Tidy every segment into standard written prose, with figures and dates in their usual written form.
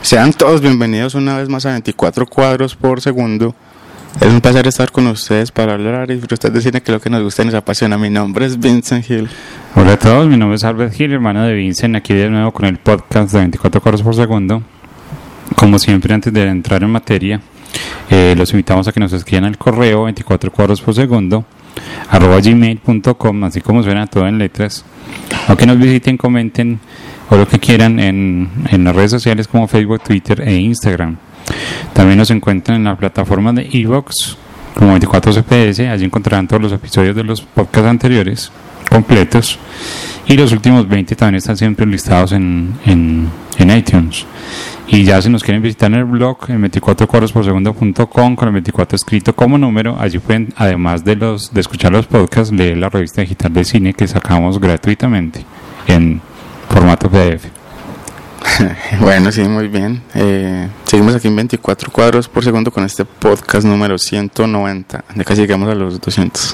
Sean todos bienvenidos una vez más a 24 cuadros por segundo. Es un placer estar con ustedes para hablar y disfrutar de cine, que es lo que nos gusta y nos apasiona. Mi nombre es Vincent Hill. Hola a todos, mi nombre es Albert Hill, hermano de Vincent, aquí de nuevo con el podcast de 24 cuadros por segundo. Como siempre, antes de entrar en materia, los invitamos a que nos escriban al correo 24 cuadros por segundo @gmail.com, así como suena todo en letras, o que nos visiten, comenten o lo que quieran en las redes sociales como Facebook, Twitter e Instagram. También nos encuentran en la plataforma de iVoox como 24CPS. Allí encontrarán todos los episodios de los podcasts anteriores completos, y los últimos 20 también están siempre listados en iTunes. Y ya si nos quieren visitar en el blog en 24cuadrosporsegundo.com, con el 24 escrito como número, allí pueden, además de escuchar los podcasts, leer la revista digital de cine que sacamos gratuitamente en formato PDF. Bueno, sí, muy bien. Seguimos aquí en 24 cuadros por segundo con este podcast número 190. Ya casi llegamos a los 200.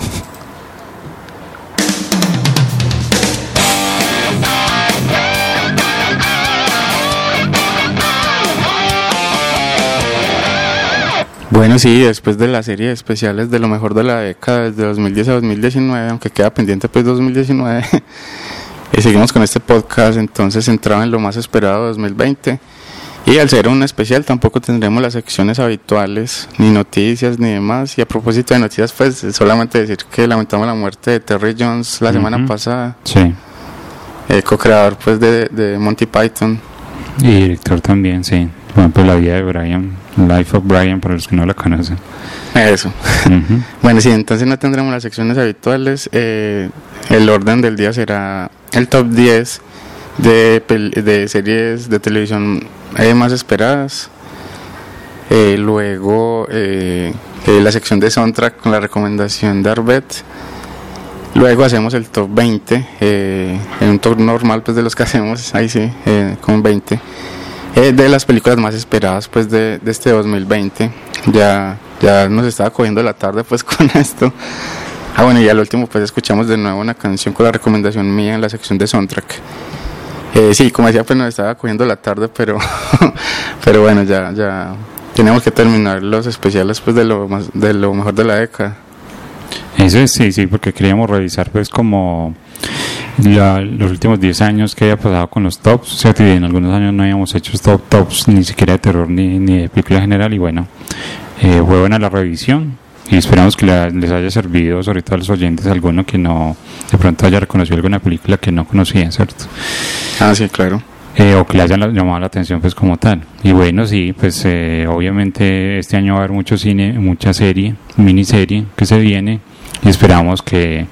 Bueno, sí, después de la serie de especiales de lo mejor de la década, desde 2010 a 2019, aunque queda pendiente pues 2019, seguimos con este podcast entonces centrado en lo más esperado de 2020. Y al ser un especial tampoco tendremos las secciones habituales, ni noticias, ni demás. Y a propósito de noticias, pues solamente decir que lamentamos la muerte de Terry Jones la semana pasada. Sí. Co-creador pues de Monty Python. Y director también, sí. Por ejemplo, la vida de Brian, Life of Brian, para los que no la conocen. Eso. Uh-huh. Bueno, sí, entonces no tendremos las secciones habituales. El orden del día será el top 10 de series de televisión más esperadas. Luego la sección de soundtrack con la recomendación de Arbet. Luego hacemos el top 20, en un top normal pues de los que hacemos, ahí sí, con 20. De las películas más esperadas pues de este 2020. Ya nos estaba cogiendo la tarde pues con esto. Bueno, y al último pues escuchamos de nuevo una canción con la recomendación mía en la sección de soundtrack. Sí, como decía, pues nos estaba cogiendo la tarde, pero bueno, ya tenemos que terminar los especiales pues de lo mejor de la década. Eso es, sí, porque queríamos revisar pues como los últimos 10 años que había pasado con los tops. O sea, en algunos años no habíamos hecho tops ni siquiera de terror ni de película general, y bueno, fue buena la revisión y esperamos que les haya servido, sobre todo a los oyentes, alguno que no de pronto haya reconocido alguna película que no conocía, ¿cierto? Sí, claro. O que le hayan llamado la atención pues como tal. Y bueno, sí, pues obviamente este año va a haber mucho cine, mucha serie, miniserie que se viene, y esperamos que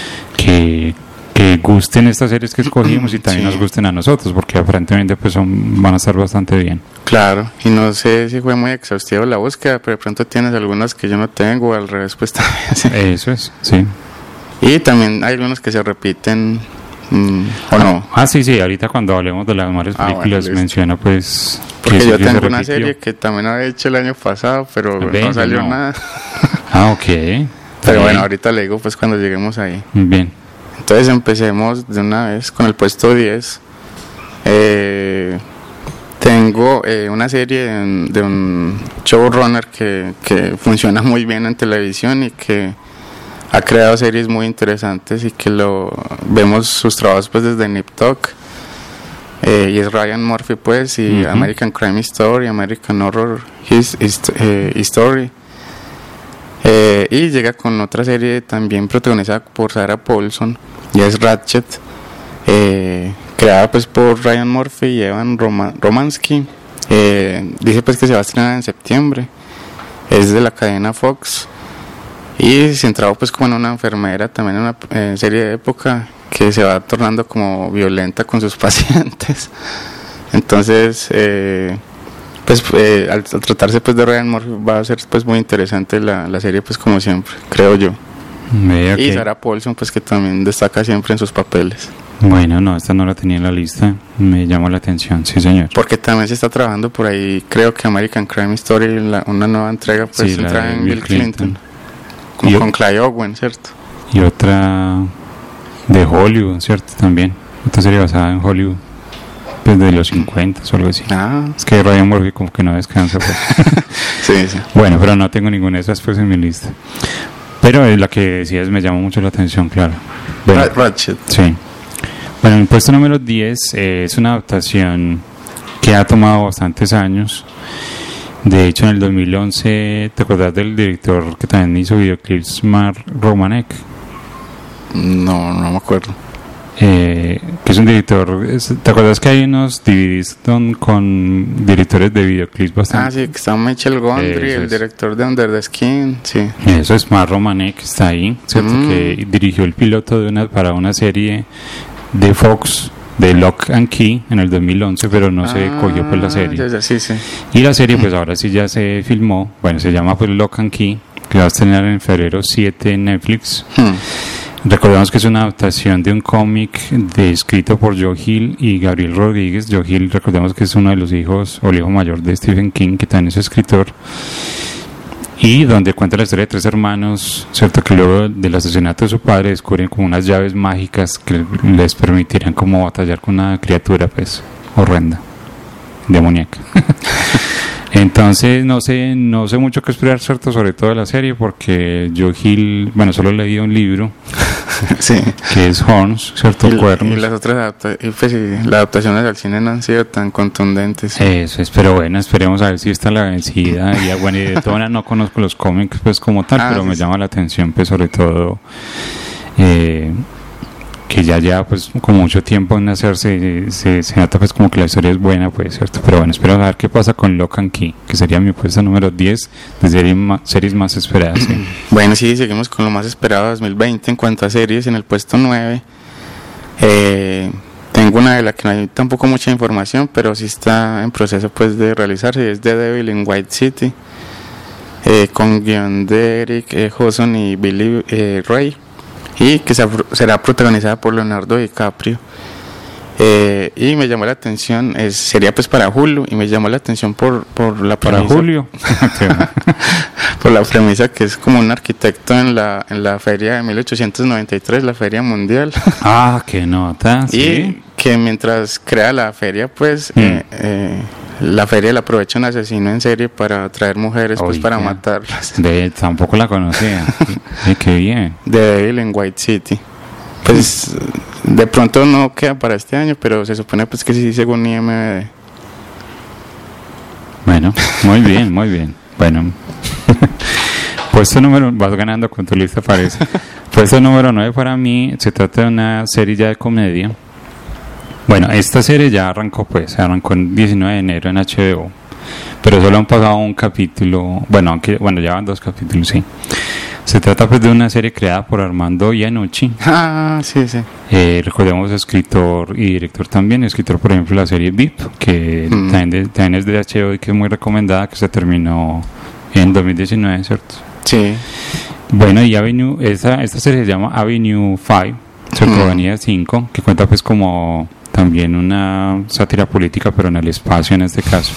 gusten estas series que escogimos y también nos gusten a nosotros, porque aparentemente pues van a estar bastante bien. Claro, y no sé si fue muy exhaustivo la búsqueda, pero de pronto tienes algunas que yo no tengo, o al revés pues también. Sí. Eso es, sí. Y también hay algunos que se repiten, o no. Sí, ahorita cuando hablemos de las mejores películas menciono pues... Porque yo tengo una serie que también había hecho el año pasado, pero no salió nada. Ok. Pero bueno, ahorita le digo pues cuando lleguemos ahí. Bien. Entonces empecemos de una vez con el puesto 10. Tengo una serie de un showrunner que funciona muy bien en televisión y que ha creado series muy interesantes, y que vemos sus trabajos pues desde Nip Tuck, y es Ryan Murphy pues, y American Crime Story, American Horror Story. Y llega con otra serie también protagonizada por Sarah Paulson, y es Ratchet, creada pues por Ryan Murphy y Evan Romansky. Dice pues que se va a estrenar en septiembre. Es de la cadena Fox y centrado pues como en una enfermera, también en una serie de época que se va tornando como violenta con sus pacientes. Entonces al tratarse pues de Ryan Murphy, va a ser pues muy interesante la serie pues como siempre, creo yo. Okay. Y Sarah Paulson pues que también destaca siempre en sus papeles. Bueno, no, esta no la tenía en la lista, me llamó la atención, sí señor. Porque también se está trabajando por ahí, creo que American Crime Story, una nueva entrega pues centrada en Bill Clinton. Como con Clive Owen, ¿cierto? Y otra de Hollywood, ¿cierto? También, otra serie basada en Hollywood. pues de los 50 o algo así. Es que Ryan Murphy como que no descansa, pues. Sí. Bueno, pero no tengo ninguna de esas pues en mi lista. Pero la que decías me llamó mucho la atención, claro. Bueno, Ratched. Sí. Bueno, el puesto número 10 es una adaptación que ha tomado bastantes años. De hecho, en el 2011, ¿te acuerdas del director que también hizo videoclips, Mark Romanek? No me acuerdo. Que es un director. ¿Te acuerdas que hay unos DVDs con directores de videoclips bastante? Sí, que está Michel Gondry, el director de Under the Skin, sí. Eso es Mark Romanek, que está ahí, ¿cierto? Que dirigió el piloto para una serie de Fox de Lock and Key en el 2011, pero no se cogió pues la serie. Sí. Y la serie pues ahora sí ya se filmó, bueno, se llama pues Lock and Key, que va a estrenar en febrero 7 en Netflix. Recordamos que es una adaptación de un cómic escrito por Joe Hill y Gabriel Rodríguez. Joe Hill, recordemos que es uno de los hijos, o el hijo mayor de Stephen King, que también es escritor, y donde cuenta la historia de 3 hermanos, cierto, que luego del asesinato de su padre descubren como unas llaves mágicas que les permitirán como batallar con una criatura pues horrenda, demoníaca. Entonces no sé mucho qué esperar, cierto, sobre todo de la serie, porque Joe Hill, bueno, solo he leído un libro sí, que es Horns, cierto, Cuernos, y las otras las adaptaciones al cine no han sido tan contundentes. Eso es, pero bueno, esperemos a ver si está la vencida. Y bueno, y de todas no conozco los cómics pues como tal, pero me llama la atención pues sobre todo que ya pues con mucho tiempo en hacerse se nota pues como que la historia es buena, pues, cierto. Pero bueno, espero a ver qué pasa con Lock and Key, que sería mi puesta número 10 de series más esperadas, ¿sí? Bueno, sí, seguimos con lo más esperado de 2020 en cuanto a series. En el puesto 9 tengo una de la que no hay tampoco mucha información, pero sí está en proceso pues de realizarse, es The Devil in White City, con guión de Eric Hudson y Billy Ray, y que será protagonizada por Leonardo DiCaprio. Y me llamó la atención, sería pues para Hulu, y me llamó la atención por la premisa. ¿Para Julio? Por la premisa que es como un arquitecto en la feria de 1893, la feria mundial. Qué nota, sí. Y que mientras crea la feria, pues la feria la aprovecha un asesino en serie para atraer mujeres pues para matarlas. Tampoco la conocía. Qué bien. The Devil in White City. Pues de pronto no queda para este año, pero se supone pues que sí, según IMDb. Bueno, muy bien. Bueno, puesto número, vas ganando con tu lista, parece. Puesto número 9 para mí, se trata de una serie ya de comedia. Bueno, esta serie ya arrancó el 19 de enero en HBO, pero solo han pasado un capítulo, ya van 2 capítulos, sí. Se trata pues de una serie creada por Armando Iannucci. Sí. Recordemos, escritor y director también, escritor por ejemplo de la serie VIP, que también es de HBO y que es muy recomendada, que se terminó en 2019, ¿cierto? Sí. Bueno, y esta serie se llama Avenue 5, ¿cierto? Avenida 5, que cuenta pues como también una sátira política, pero en el espacio en este caso.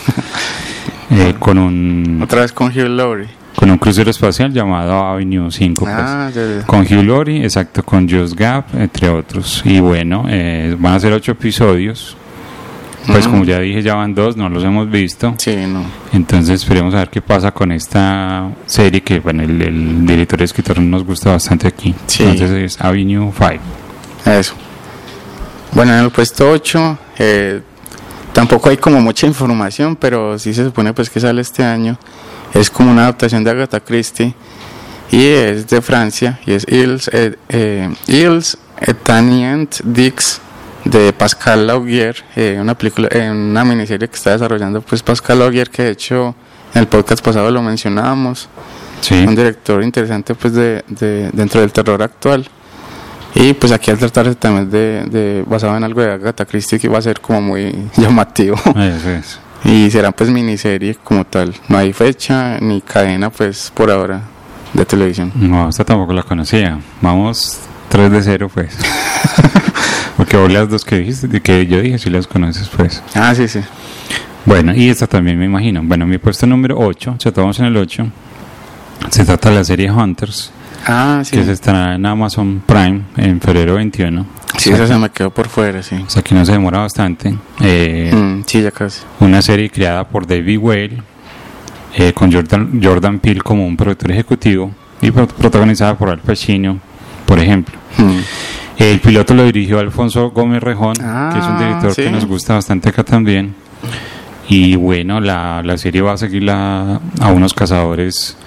Otra vez con Hugh Laurie. Con un crucero espacial llamado Avenue 5, pues. Con Hugh Laurie, exacto, con Josh Gad, entre otros. Y bueno, van a ser 8 episodios. Pues como ya dije, ya van 2, no los hemos visto. Sí, no. Entonces esperemos a ver qué pasa con esta serie que, bueno, el director y escritor nos gusta bastante aquí. Sí. Entonces es Avenue 5. Eso. Bueno, en el puesto 8, tampoco hay como mucha información, pero sí se supone pues que sale este año. Es como una adaptación de Agatha Christie y es de Francia y es Ils Etanient Dix de Pascal Laugier, una miniserie que está desarrollando pues Pascal Laugier, que de hecho en el podcast pasado lo mencionábamos. Sí. Un director interesante pues dentro del terror actual. Y pues aquí al tratarse también de basado en algo de Agatha Christie, que va a ser como muy llamativo. Eso es. Y será pues miniserie como tal. No hay fecha ni cadena pues por ahora de televisión. No, esta tampoco la conocía. Vamos 3-0 pues. Porque vos las 2 que dijiste, que yo dije, si las conoces pues. Sí. Bueno, y esta también me imagino. Bueno, mi puesto número 8, ya estamos en el 8. Se trata de la serie Hunters. Sí. que se estará en Amazon Prime en febrero 21. Sí, esa se me quedó por fuera, sí. O sea que no se demora bastante. Sí, ya casi. Una serie creada por David Whale, con Jordan Peele como un productor ejecutivo y protagonizada por Al Pacino, por ejemplo. El piloto lo dirigió Alfonso Gómez Rejón, que es un director sí, que nos gusta bastante acá también. Y bueno, la serie va a seguir a unos cazadores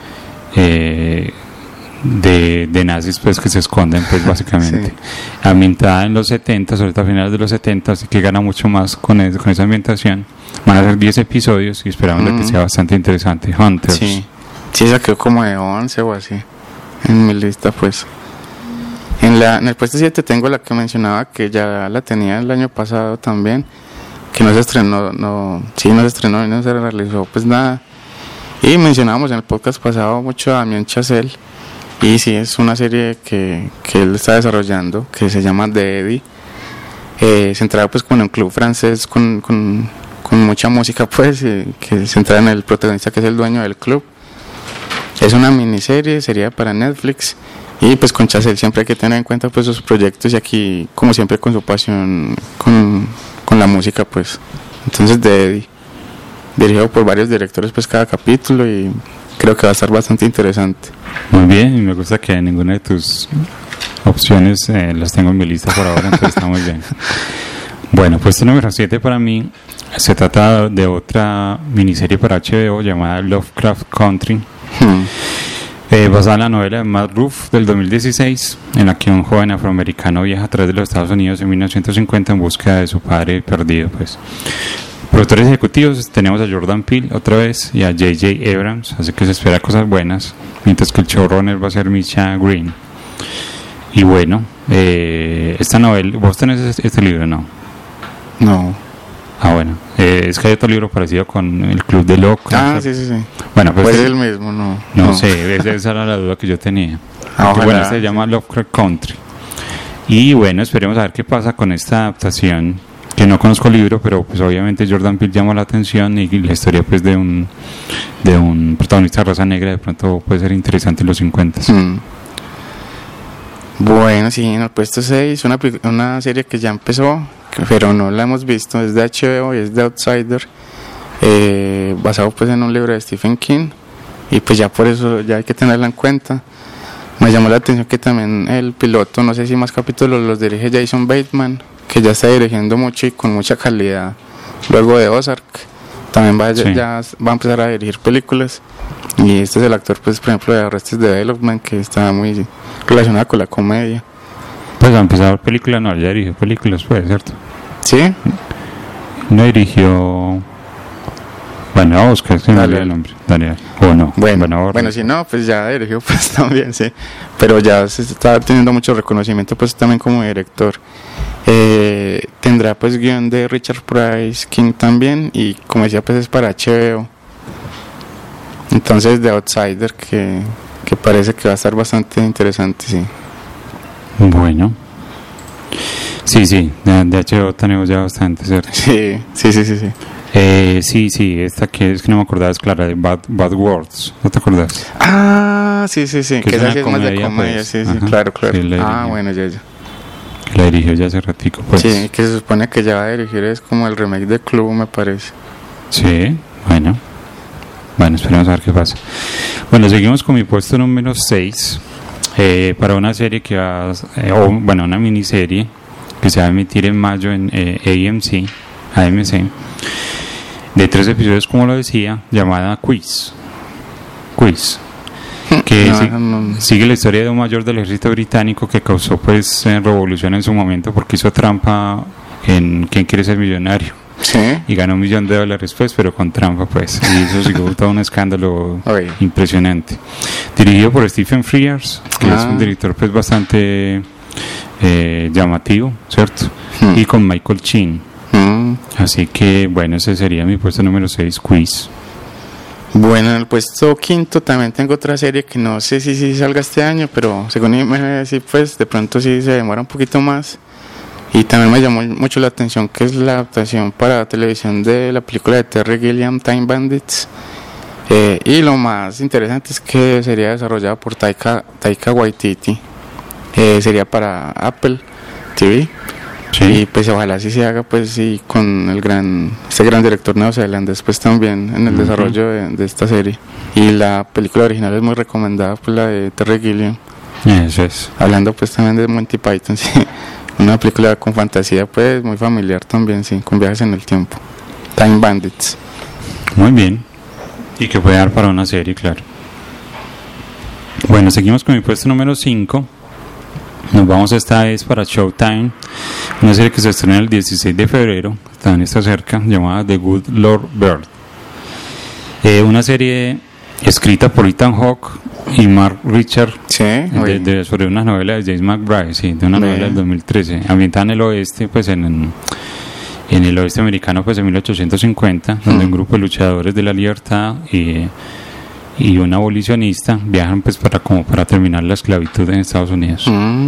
de nazis, pues, que se esconden, pues, básicamente. Sí. Ambientada en los 70, sobre todo a finales de los 70, así que gana mucho más con esa ambientación. Van a ser 10 episodios y esperamos que sea bastante interesante. Hunters. Sí, esa quedó como de 11 o así en mi lista, pues. En el puesto 7 tengo la que mencionaba, que ya la tenía el año pasado también, que no se estrenó, no se estrenó y no se realizó pues nada. Y mencionábamos en el podcast pasado mucho a Damien Chazelle, y sí, es una serie que él está desarrollando, que se llama The Eddy, centrada pues con un club francés con mucha música, pues, que se centra en el protagonista, que es el dueño del club. Es una miniserie, sería para Netflix. Y pues con Chazelle siempre hay que tener en cuenta pues sus proyectos, y aquí como siempre con su pasión con la música, pues. Entonces The Eddy, dirigido por varios directores pues cada capítulo, y creo que va a estar bastante interesante. Muy bien, y me gusta que ninguna de tus opciones las tengo en mi lista por ahora, entonces está muy bien. Bueno, puesto número 7 para mí se trata de otra miniserie para HBO llamada Lovecraft Country. Basada en la novela de Matt Ruff del 2016, en la que un joven afroamericano viaja a través de los Estados Unidos en 1950 en búsqueda de su padre perdido, pues. Productores ejecutivos tenemos a Jordan Peele otra vez y a J.J. Abrams, así que se espera cosas buenas, mientras que el showrunner va a ser Misha Green. Y bueno, esta novela, ¿vos tenés este libro, no? No. Ah, bueno, es que hay otro libro parecido con El Club de Locos. Sí. Bueno, pues es el mismo, no. No sé, esa era la duda que yo tenía. Bueno, se llama Lovecraft Country. Y bueno, esperemos a ver qué pasa con esta adaptación, que no conozco el libro, pero pues obviamente Jordan Peele llamó la atención, y la historia pues de un protagonista de raza negra de pronto puede ser interesante en los 50. Bueno, sí, en el puesto 6, una serie que ya empezó, pero no la hemos visto, es de HBO y es The Outsider, basado pues en un libro de Stephen King, y pues ya por eso ya hay que tenerla en cuenta. Me llamó la atención que también el piloto, no sé si más capítulos los dirige Jason Bateman, que ya está dirigiendo mucho y con mucha calidad luego de Ozark. También ya va a empezar a dirigir películas, y este es el actor pues por ejemplo de Arrested Development, que está muy relacionado con la comedia. Pues va a empezar películas, no, ya dirigió películas, pues, ¿cierto? ¿Sí? No dirigió... Bueno, Oscar, se me olvidó el nombre. Daniel. ¿O no? Bueno, si no, pues ya dirigió pues también, sí. Pero ya se está teniendo mucho reconocimiento pues también como director. Tendrá pues guión de Richard Price King también, y como decía pues es para HBO. Entonces The Outsider, que parece que va a estar bastante interesante, sí. Bueno. Sí, de HBO tenemos ya bastante, ¿cierto? Sí. Sí, esta que es que no me acordaba, es clara, de Bad Words, ¿no te acordás? Sí, que esa sí es más de comedia, pues. Sí, claro. Sí, bueno, ya. La dirigió ya hace ratico, pues. Sí, que se supone que ya va a dirigir, es como el remake de Club, me parece. Sí, bueno, esperemos a ver qué pasa. Bueno, seguimos con mi puesto número 6, para una serie que va, una miniserie que se va a emitir en mayo en AMC, de 3 episodios, como lo decía, llamada Quiz, que sigue la historia de un mayor del ejército británico que causó pues revolución en su momento porque hizo trampa en ¿Quién quiere ser millonario? ¿Sí? Y ganó $1 millón pues, pero con trampa, pues, y eso siguió todo un escándalo impresionante. Dirigido por Stephen Frears, que es un director pues bastante llamativo, ¿cierto? Y con Michael Sheen. Así que bueno, ese sería mi puesto número 6, Quiz. Bueno, en el puesto 5 también tengo otra serie que no sé si salga este año, pero según me decir, pues de pronto sí se demora un poquito más. Y también me llamó mucho la atención, que es la adaptación para televisión de la película de Terry Gilliam, Time Bandits. Y lo más interesante es que sería desarrollado por Taika Waititi. Sería para Apple TV. Sí. Y pues ojalá sí se haga pues sí con este gran director neozelandés pues también en el desarrollo de esta serie. Y la película original es muy recomendada, pues la de Terry Gilliam. Eso es. Hablando pues también de Monty Python, sí. Una película con fantasía pues muy familiar también, sí, con viajes en el tiempo. Time Bandits. Muy bien. Y que puede dar para una serie, claro. Bueno, seguimos con mi puesto número 5. Nos vamos esta vez para Showtime, una serie que se estrena el 16 de febrero, también está cerca, llamada The Good Lord Bird. Una serie escrita por Ethan Hawke y Mark Richard, Sí, sobre una novela de James McBride, sí, de una novela del 2013, ambientada en el oeste, pues en el oeste americano, pues en 1850, donde un grupo de luchadores de la libertad y un abolicionista viajan pues para terminar la esclavitud en Estados Unidos.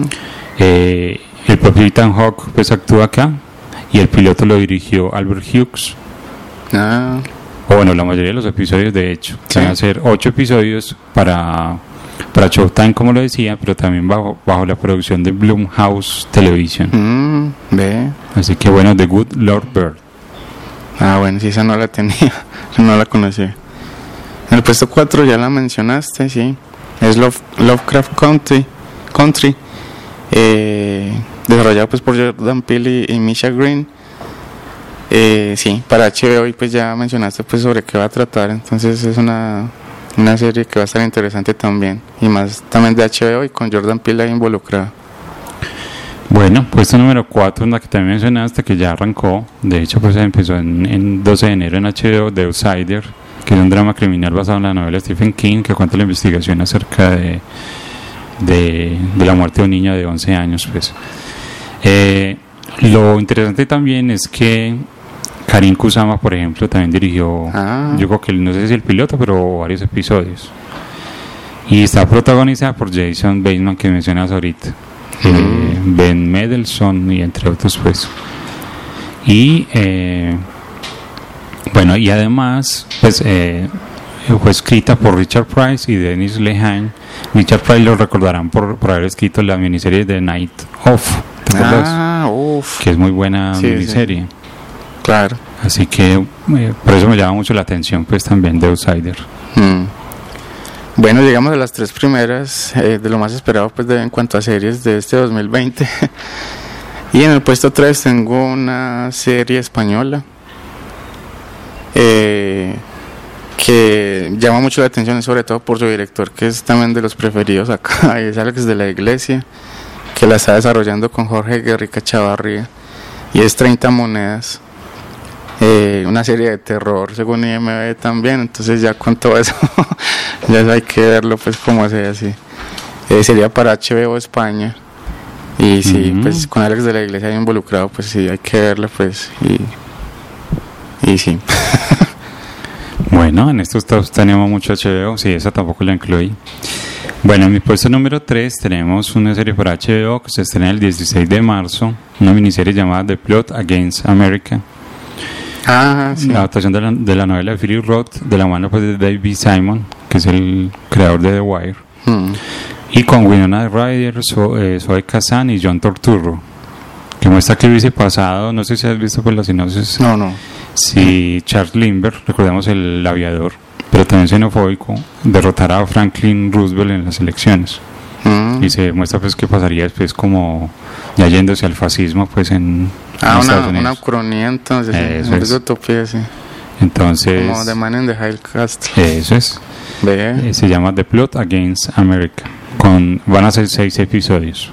El propio Ethan Hawke pues actúa acá y el piloto lo dirigió Albert Hughes. O bueno, la mayoría de los episodios de hecho. Sí. Van a ser 8 episodios para Showtime, como lo decía, pero también bajo la producción de Blumhouse Television. Así que bueno, The Good Lord Bird. Bueno, sí, esa no la tenía, no la conocía. En el puesto 4 ya la mencionaste, sí. Es Lovecraft Country, desarrollado pues por Jordan Peele y Misha Green. Sí, para HBO, y pues ya mencionaste pues sobre qué va a tratar. Entonces es una serie que va a estar interesante también. Y más también de HBO y con Jordan Peele ahí involucrado. Bueno, puesto número 4, en la que también mencionaste, que ya arrancó. De hecho, pues empezó en 12 de enero en HBO, The Outsider, que es un drama criminal basado en la novela de Stephen King, que cuenta la investigación acerca de la muerte de un niño de 11 años. Pues. Lo interesante también es que Karin Kusama, por ejemplo, también dirigió, yo creo que no sé si el piloto, pero varios episodios. Y está protagonizada por Jason Bateman, que mencionas ahorita. Ben Mendelsohn y entre otros pues. Y bueno, y además pues fue escrita por Richard Price y Dennis Lehane. Richard Price lo recordarán por haber escrito la miniserie The Night Of, ¿te acuerdas? Que es muy buena miniserie. Sí. Claro. Así que por eso me llama mucho la atención pues también The Outsider. Bueno, llegamos a las 3 primeras de lo más esperado pues en cuanto a series de este 2020. Y en el puesto 3 tengo una serie española que llama mucho la atención, y sobre todo por su director, que es también de los preferidos acá, y es Alex de la Iglesia, que la está desarrollando con Jorge Guerrica Chavarría, y es 30 monedas. Una serie de terror según IMDb también, entonces ya con todo eso ya hay que verlo pues como sea así. Sería para HBO España, y sí, pues con Alex de la Iglesia ahí involucrado, pues sí, hay que verla pues, y sí. Bueno, en estos dos tenemos mucho HBO, sí, esa tampoco la incluí. Bueno, en mi puesto número 3 tenemos una serie para HBO que se estrena el 16 de marzo, una miniserie llamada The Plot Against America. Sí. La adaptación de la novela de Philip Roth, de la mano pues de David Simon, que es el creador de The Wire, y con Winona Ryder, Zoe Kazan y John Turturro, que muestra que hubiese pasado, no sé si has visto pues la sinopsis. No. Si Charles Lindbergh, recordemos el aviador, pero también xenofóbico, derrotara a Franklin Roosevelt en las elecciones. Y se muestra pues qué pasaría después, como ya yéndose al fascismo pues en Estados Unidos. Una ucronía, entonces, eso es. Utopía, sí. Entonces, como The Man in the High Castle. Eso es. Se llama The Plot Against America. Van a ser 6 episodios.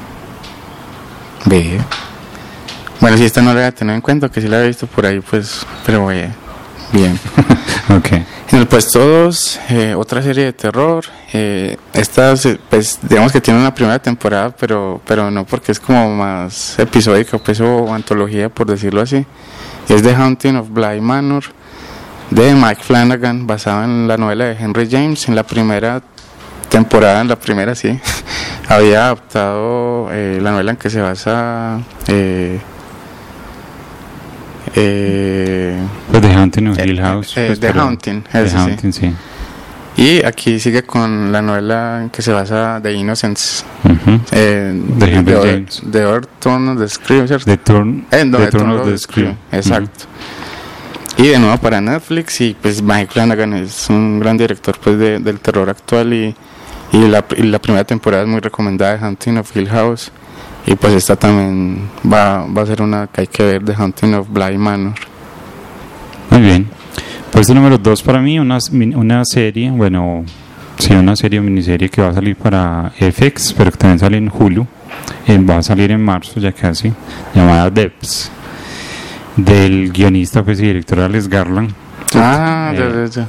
Bueno, si esta no la voy a tener en cuenta, que sí la he visto por ahí, pues, pero bien. Okay. En el puesto 2, otra serie de terror. Esta, pues, digamos que tiene una primera temporada, pero no porque es como más episódica, pues, o antología, por decirlo así. Es The Haunting of Bly Manor, de Mike Flanagan, basado en la novela de Henry James. En la primera temporada, sí, había adaptado la novela en que se basa Pues The Haunting of Hill House. Pues, The Haunting, The Haunting, sí. Y aquí sigue con la novela en que se basa The Innocents, de Henry James. The Turn of the Screw, ¿cierto? The Turn of the Screw. Exacto. Y de nuevo para Netflix, y pues Mike Flanagan es un gran director pues del terror actual, y la primera temporada es muy recomendada de Haunting of Hill House, y pues esta también va a ser una que hay que ver, de Haunting of Bly Manor. Muy bien. Puesto número 2 para mí, una serie, una serie o miniserie que va a salir para FX, pero que también sale en Hulu, va a salir en marzo ya casi, llamada Depths, del guionista pues y director Alex Garland. Ya.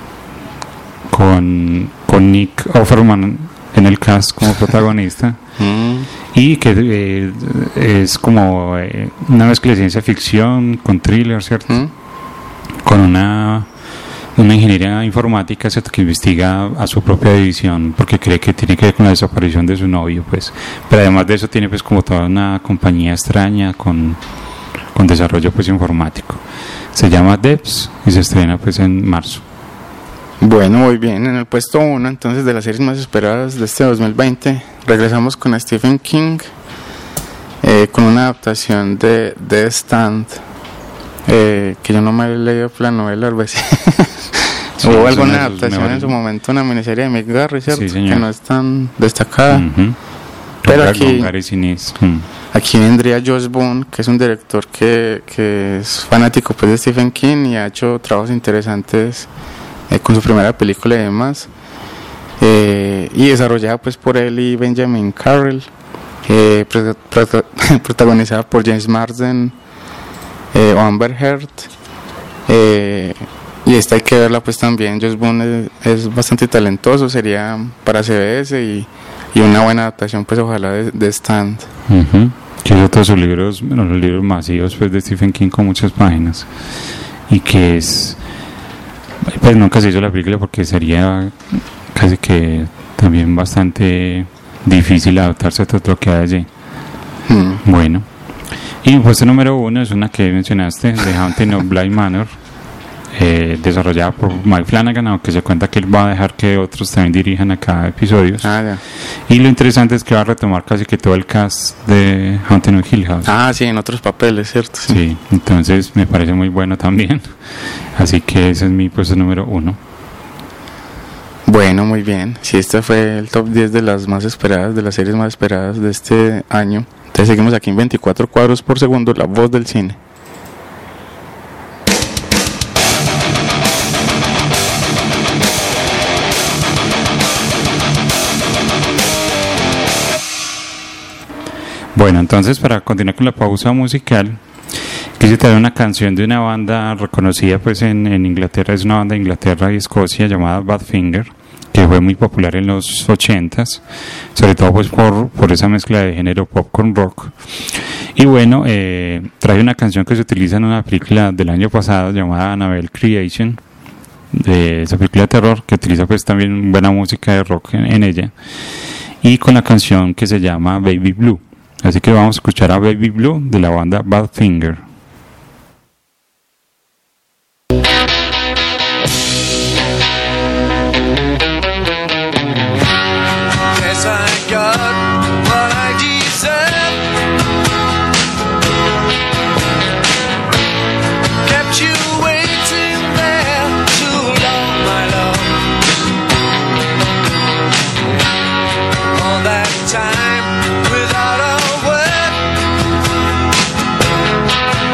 Con Nick Offerman en el cast como protagonista. Y que es como una mezcla de ciencia ficción con thriller, ¿cierto? Con una ingeniería informática, ¿cierto?, que investiga a su propia división porque cree que tiene que ver con la desaparición de su novio, pues. Pero además de eso tiene pues como toda una compañía extraña con desarrollo pues informático. Se llama Depths y se estrena pues en marzo. Bueno, muy bien. En el puesto 1 entonces de las series más esperadas de este 2020 regresamos con Stephen King, con una adaptación de The Stand, que yo no me he leído la novela, a veces. Sí, hubo alguna adaptación en su momento, una miniserie de Mick Garris, ¿cierto? Sí, que no es tan destacada. Pero aquí vendría Josh Boone, que es un director que es fanático pues de Stephen King y ha hecho trabajos interesantes con su primera película y demás, y desarrollada pues por él y Benjamin Carroll, protagonizada por James Marsden o Amber Heard, y esta hay que verla pues también. Josh Boone es bastante talentoso, sería para CBS, y una buena adaptación pues ojalá de Stand. Que es otro de sus libros, los libros masivos pues de Stephen King con muchas páginas, y que es pues nunca se hizo la película porque sería casi que también bastante difícil adaptarse a todo lo que hay allí. Bueno, y el puesto número 1 es una que mencionaste, The Haunting of Bly Manor, desarrollada por Mike Flanagan, aunque se cuenta que él va a dejar que otros también dirijan a cada episodio. Y lo interesante es que va a retomar casi que todo el cast de Haunting of Hill House. Sí, en otros papeles, ¿cierto? Sí, entonces me parece muy bueno también. Así que ese es mi puesto número 1. Bueno, muy bien. Sí, este fue el top 10 de las más esperadas, de las series más esperadas de este año. Entonces seguimos aquí en 24 cuadros por segundo, la voz del cine. Bueno, entonces para continuar con la pausa musical, quise traer una canción de una banda reconocida pues en Inglaterra, es una banda de Inglaterra y Escocia llamada Badfinger, que fue muy popular en los 80s, sobre todo pues por esa mezcla de género pop con rock. Y bueno, traje una canción que se utiliza en una película del año pasado llamada Annabelle Creation, de esa película de terror, que utiliza pues también buena música de rock en ella, y con la canción que se llama Baby Blue. Así que vamos a escuchar a Baby Blue de la banda Badfinger. Time without a word.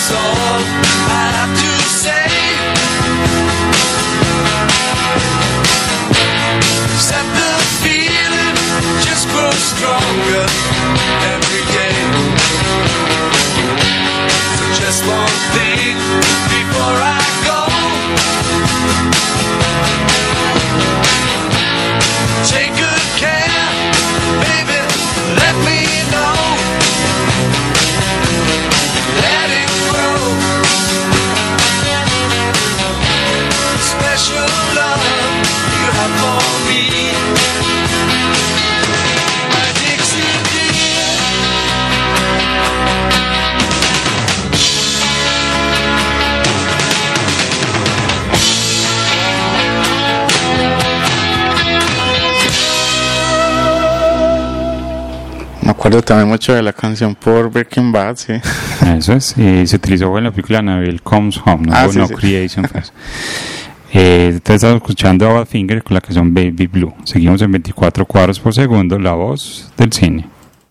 That's all I have to say. Except the feeling just grows stronger every day. So just one thing before I go. Take good care, baby, let me know. Let it grow. Special love you have for me. My Dixie dear. Me acuerdo también mucho de la canción por Breaking Bad, sí. Eso es, y se utilizó en la película Annabelle Comes Home, no, Sí, no sí. Creation. Pues. Entonces estamos escuchando a Badfinger con la canción Baby Blue. Seguimos en 24 cuadros por segundo, la voz del cine.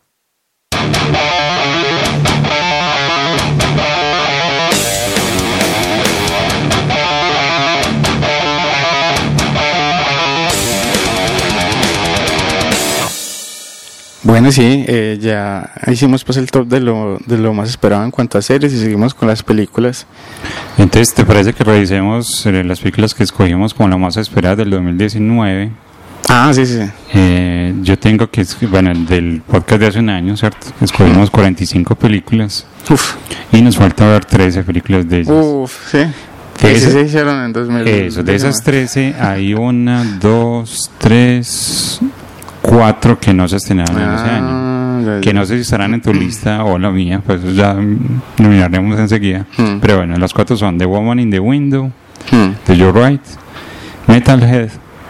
Bueno, sí, ya hicimos pues el top de lo más esperado en cuanto a series y seguimos con las películas. Entonces, ¿te parece que revisemos las películas que escogimos como la más esperada del 2019? Sí, sí. Yo tengo que, bueno, del podcast de hace un año, ¿cierto? Escogimos 45 películas Uf, y nos falta ver 13 películas de ellas. sí. De Sí, esas- se hicieron en 2000. Eso, de esas 13 hay 1, 2, 3, 4 que no se estrenaron en ese año. Que no sé si estarán en tu lista o la mía, pues ya lo miraremos enseguida. Pero bueno, las 4 son The Woman in the Window, The You're Right, Metalhead,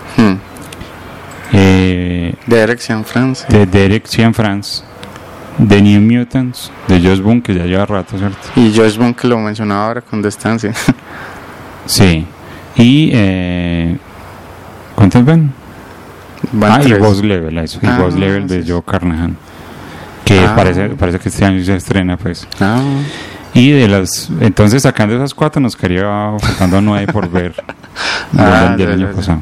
De Direction France. The Derek Cianfrance, The New Mutants, de Josh Boone, que ya lleva rato, ¿cierto? Y Josh Boone, que lo mencionaba ahora con Distancia. Sí. Y ¿cuántas ven? Van Y tres. Boss Level, eso. Y Boss Level de sí, Joe Carnahan, que parece que este año se estrena, pues. Y de las, entonces sacando esas 4 nos quedaría faltando 9 por ver del año pasado.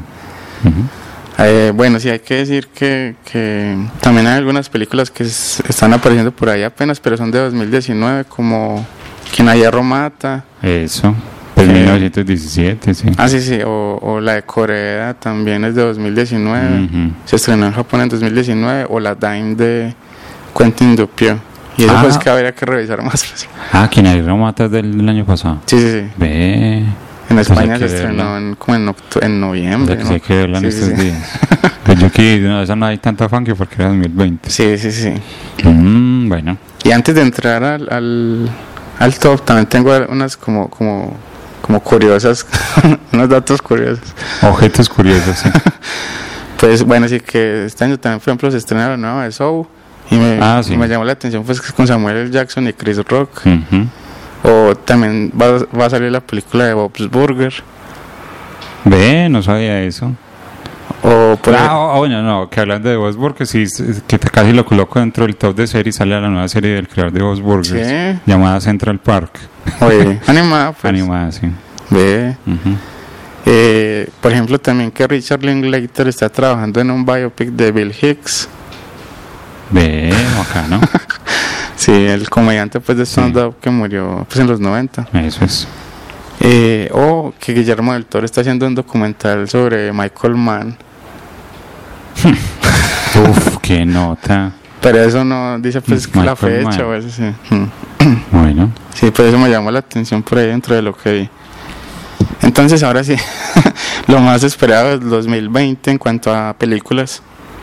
Bueno, sí, hay que decir que también hay algunas películas que están apareciendo por ahí apenas, pero son de 2019, como Quien a Hierro Mata. Eso, pues 1917, sí. Sí, o la de Corea también es de 2019, se estrenó en Japón en 2019, o la Dime de Quentin Dupieux. Y eso pues que habría que revisar más. Quien a Hierro Mata es del año pasado. Sí. Ve. En España se estrenó en noviembre. Hay que verla en estos días. Pues yo que esa no hay tanta fan que porque era 2020. Sí. Bueno. Y antes de entrar al top, también tengo unas como curiosas, unos datos curiosos. Objetos curiosos, sí. Pues bueno, sí que este año también, por ejemplo, se estrena la nueva de Saw. Y me llamó la atención pues que con Samuel L. Jackson y Chris Rock. O también va a salir la película de Bob's Burger. Ve, no sabía eso. O por bueno, no, que hablando de Bob's Burgers, sí, que casi lo coloco dentro del top de series, sale la nueva serie del creador de Bob's Burgers, ¿sí? Llamada Central Park. Oye, animada, pues. Animada, sí. Ve. Por ejemplo, también que Richard Linklater está trabajando en un biopic de Bill Hicks. Ve, bacano. Sí, el comediante pues de stand-up que murió pues en los 90. Eso es. O que Guillermo del Toro está haciendo un documental sobre Michael Mann. Uf, qué nota. Pero eso no dice pues que la Michael fecha Mann. o eso sí. Bueno. Sí, pues eso me llamó la atención por ahí dentro de lo que vi. Entonces ahora sí, lo más esperado del 2020 en cuanto a películas.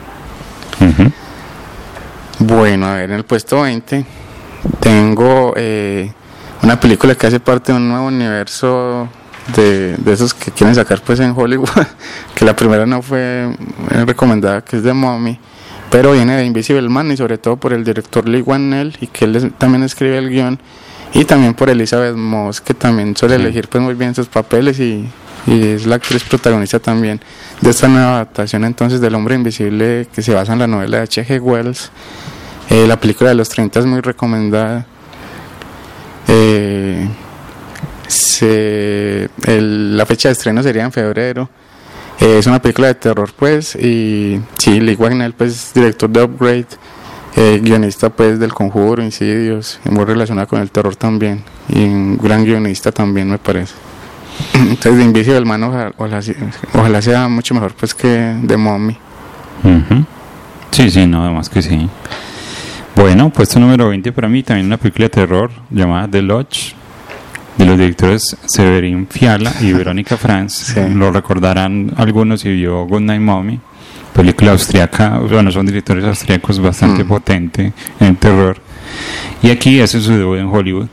Bueno, a ver, en el puesto 20 tengo una película que hace parte de un nuevo universo de esos que quieren sacar pues en Hollywood, que la primera no fue recomendada, que es The Mummy, pero viene de Invisible Man y sobre todo por el director Lee Whannell, y que él también escribe el guión, y también por Elizabeth Moss, que también suele elegir pues muy bien sus papeles y es la actriz protagonista también de esta nueva adaptación entonces del Hombre Invisible, que se basa en la novela de H.G. Wells. La película de los 30 es muy recomendada. La fecha de estreno sería en febrero. Es una película de terror, pues, y sí, Lee Wagner, pues, director de Upgrade, guionista, pues, del Conjuro, Insidious, muy relacionado con el terror también, y un gran guionista también, me parece. Entonces, The Invisible Man, ojalá sea mucho mejor, pues, que The Mummy. Ujú. Sí, no, además que sí. Bueno, puesto número 20 para mí, también una película de terror llamada The Lodge, de los directores Severin Fiala y Verónica Franz. Sí. Lo recordarán algunos si vio Good Night Mommy, película austriaca. Bueno, son directores austriacos bastante potente en terror, y aquí hace su debut en Hollywood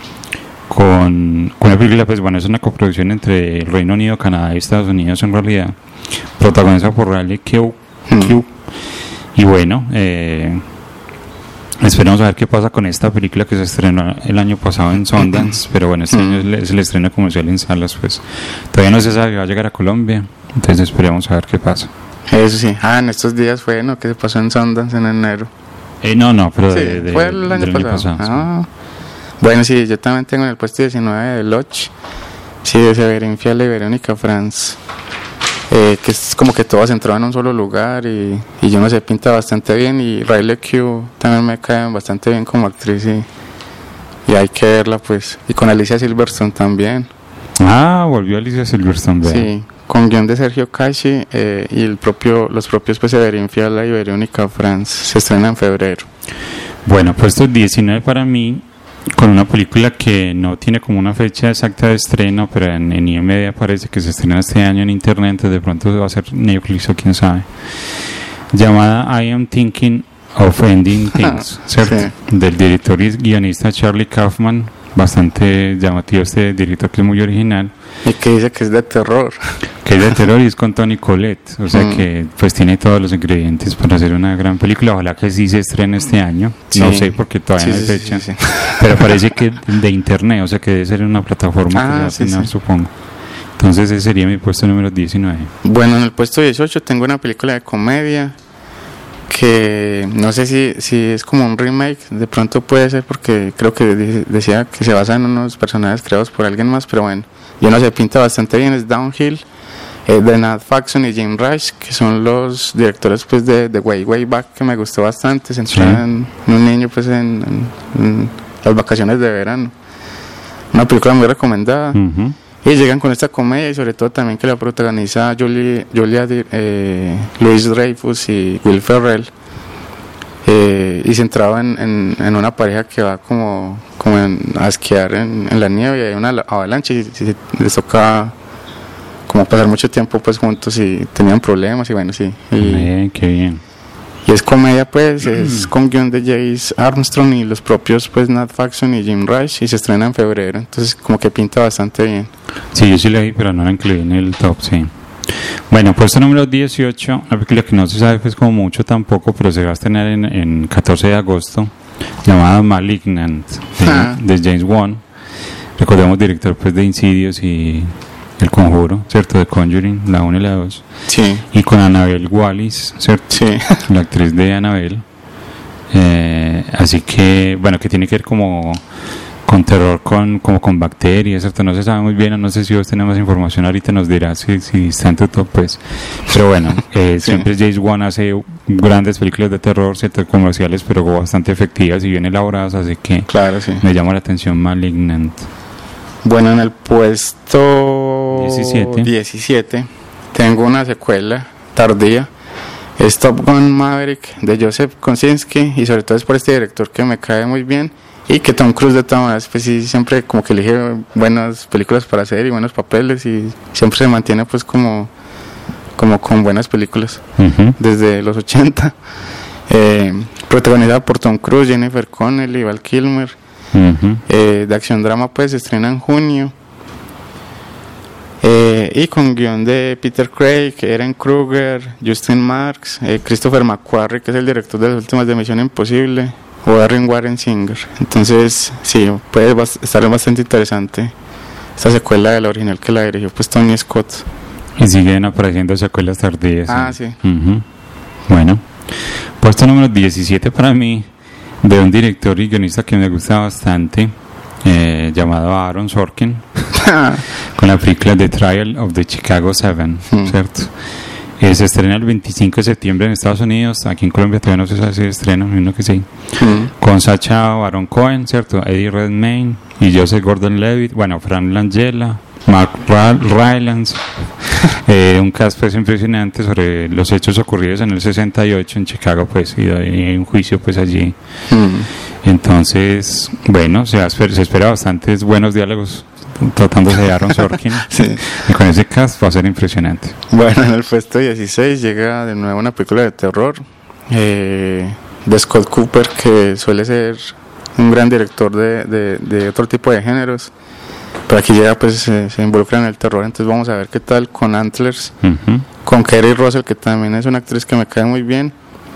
con una película, pues bueno, es una coproducción entre el Reino Unido, Canadá y Estados Unidos en realidad, protagonizada por Riley Keough. Y bueno, esperemos a ver qué pasa con esta película que se estrenó el año pasado en Sundance, pero bueno, este año es el estreno comercial en salas, pues todavía no se sabe si va a llegar a Colombia, entonces esperemos a ver qué pasa. Eso sí, en estos días fue, ¿no? Que se pasó en Sundance en enero. No, pero Sí, fue el año pasado. sí. Bueno, sí, yo también tengo en el puesto 19 de Lodge, sí, de Severin Fiala y Verónica Franz, que es como que todo centrado en un solo lugar, y yo no sé, pinta bastante bien, y Riley Keough también me cae bastante bien como actriz, y hay que verla, pues, y con Alicia Silverstone también. Volvió Alicia Silverstone, vea. Sí, con guión de Sergio Casci, y los propios, pues, Severin Fiala y Verónica Franz. Se estrena en febrero. Bueno, puesto 19 para mí, con una película que no tiene como una fecha exacta de estreno, pero en IMDb aparece que se estrena este año en internet, entonces de pronto va a ser Netflix o quién sabe, llamada I Am Thinking of Ending Things, ¿cierto? Sí. Del director y guionista Charlie Kaufman, bastante llamativo este director, que es muy original, Y que dice que es de terror. que es de terror y es con Toni Collette, o sea que pues tiene todos los ingredientes para hacer una gran película. Ojalá que sí se estrene este año, no Sí. sé porque todavía no hay Sí, fecha, sí. pero parece que de internet, o sea que debe ser una plataforma que se va a Sí, estrenar, sí. supongo. Entonces ese sería mi puesto número 19. Bueno, en el puesto 18 tengo una película de comedia que no sé si es como un remake, de pronto puede ser, porque creo que decía que se basa en unos personajes creados por alguien más, pero bueno, yo no sé, pinta bastante bien. Es Downhill, de Nat Faxon y Jim Rice, que son los directores, pues, de Way Back, que me gustó bastante, centrada en un niño, pues, en las vacaciones de verano. Una película muy recomendada. Ujú. Y llegan con esta comedia, y sobre todo también que la protagoniza Julia Louis Dreyfus y Will Ferrell, y centrado en una pareja que va como a esquiar en la nieve, y hay una avalancha, y les toca como pasar mucho tiempo, pues, juntos, y tenían problemas, y bueno, sí, Qué bien. y es comedia, pues, es con guión de Jace Armstrong y los propios, pues, Nat Faxon y Jim Rice, y se estrena en febrero, entonces como que pinta bastante bien. Sí, yo sí la vi, pero no la incluí en el top, sí. Bueno, puesto número 18, una película que no se sabe pues como mucho tampoco, pero se va a estrenar en 14 de agosto, llamada Malignant, de James Wan. Recordemos, director, pues, de Insidious y El Conjuro, ¿cierto? De Conjuring, la 1 y la 2. Sí, Y con Annabelle Wallis, ¿cierto? sí. La actriz de Annabelle. Así que, bueno, que tiene que ver como con terror, como con bacterias, ¿cierto? No se sabe muy bien, no sé si vos tenés más información, ahorita nos dirás si está en tu top, pues. Pero bueno, siempre James Wan hace grandes películas de terror, ¿cierto? Comerciales, pero bastante efectivas y bien elaboradas, así que Claro, sí. me llama la atención Malignant. Bueno, en el puesto 17. 17 tengo una secuela tardía. Es Top Gun Maverick, de Joseph Kosinski, y sobre todo es por este director que me cae muy bien, y que Tom Cruise, de todas maneras, pues sí, siempre como que elige buenas películas para hacer y buenos papeles, y siempre se mantiene, pues, como con buenas películas Ujú. desde los 80. Protagonizada por Tom Cruise, Jennifer Connelly, Val Kilmer. Ujú. De acción drama, pues, se estrena en junio, y con guión de Peter Craig, Erin Kruger, Justin Marks, Christopher McQuarrie, que es el director de las últimas de Misión Imposible, o Darren Warren Singer. Entonces sí, puede estar bastante interesante esta secuela de la original, que la dirigió, pues, Tony Scott. Y siguen apareciendo secuelas tardías. Sí. Ujú. Bueno, puesto número 17 para mí, de un director y guionista que me gusta bastante, llamado Aaron Sorkin, con la película The Trial of the Chicago 7, ¿cierto? Se estrena el 25 de septiembre en Estados Unidos. Aquí en Colombia todavía no se sabe si estrena, me imagino que sí. Con Sacha Baron Cohen, ¿cierto? Eddie Redmayne y Joseph Gordon-Levitt. Bueno, Fran Langella, Mark Rylance. Un cast pues impresionante sobre los hechos ocurridos en el 68 en Chicago, pues, y hay un juicio pues allí. Entonces, bueno, se espera bastantes buenos diálogos tratándose de Aaron Sorkin. Sí. Y con ese cast va a ser impresionante. Bueno, en el puesto 16 llega de nuevo una película de terror de Scott Cooper, que suele ser un gran director de otro tipo de géneros, pero aquí llega pues se involucra en el terror. Entonces vamos a ver qué tal con Antlers, con Kerry Russell, que también es una actriz que me cae muy bien,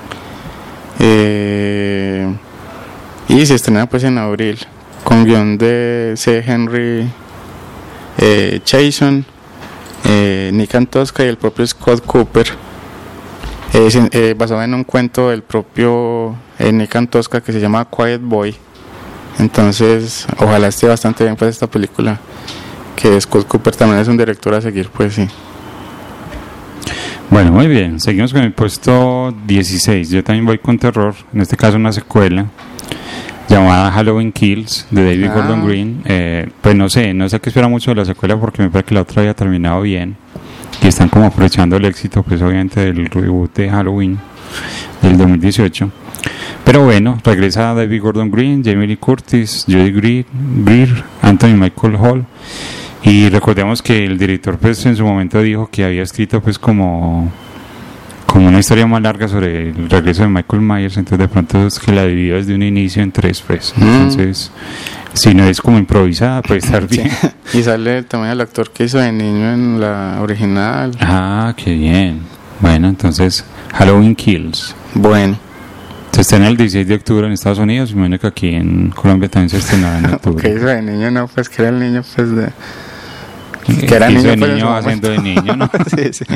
y se estrena pues en abril, con guión de C. Henry Chason, Nick Antosca y el propio Scott Cooper, basado en un cuento del propio Nick Antosca que se llama Quiet Boy. Entonces ojalá esté bastante bien pues esta película, que Scott Cooper también es un director a seguir, pues sí. Bueno, muy bien, seguimos con el puesto 16. Yo también voy con terror, en este caso una secuela llamada Halloween Kills, de David Gordon Green. Pues no sé qué espera mucho de la secuela, porque me parece que la otra había terminado bien y están como aprovechando el éxito pues obviamente del reboot de Halloween del 2018. Pero bueno, regresa David Gordon Green, Jamie Lee Curtis, Judy Greer, Anthony Michael Hall. Y recordemos que el director pues en su momento dijo que había escrito pues como una historia más larga sobre el regreso de Michael Myers. Entonces de pronto es que la dividió desde un inicio en 3 pues. Entonces si no es como improvisada puede estar bien. Sí. Y sale también el actor que hizo de niño en la original. Ah, qué bien. Bueno, entonces Halloween Kills. Bueno, se estrena el 16 de octubre en Estados Unidos. Me imagino que aquí en Colombia también se estrenaba en octubre. que hizo de niño, no, pues que era el niño pues de... Que era hizo niño, de pues, niño haciendo de niño, ¿no? Sí.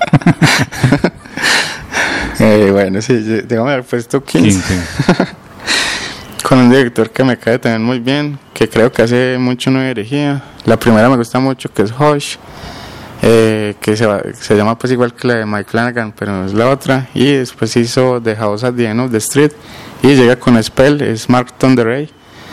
Bueno, sí, déjame haber puesto 15. Con un director que me cae también muy bien, que creo que hace mucho no dirigía. La primera me gusta mucho, que es Hush, que se llama pues igual que la de Mike Flanagan, pero no es la otra. Y después hizo The House at the End of the Street, y llega con Spell, es Mark Tonderay,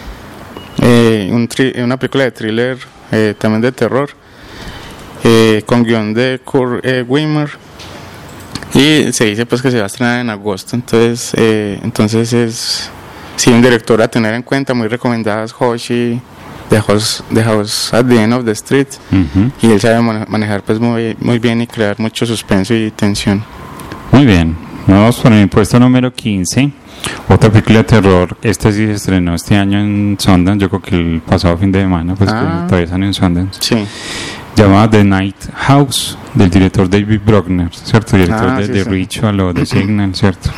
una película de thriller, también de terror, con guión de Kurt Wimmer, y se dice pues que se va a estrenar en agosto. Entonces es sí un director a tener en cuenta, muy recomendadas Hush y The House at the End of the Street. Y él sabe manejar pues muy bien y crear mucho suspenso y tensión. Muy bien, vamos por el puesto número 15. Otra película de terror. Esta sí se estrenó este año en Sundance, yo creo que el pasado fin de semana, pues que todavía están en Sundance. Sí. Llamada The Night House, del director David Bruckner, ¿cierto? Director de The Ritual o The Signal, ¿cierto?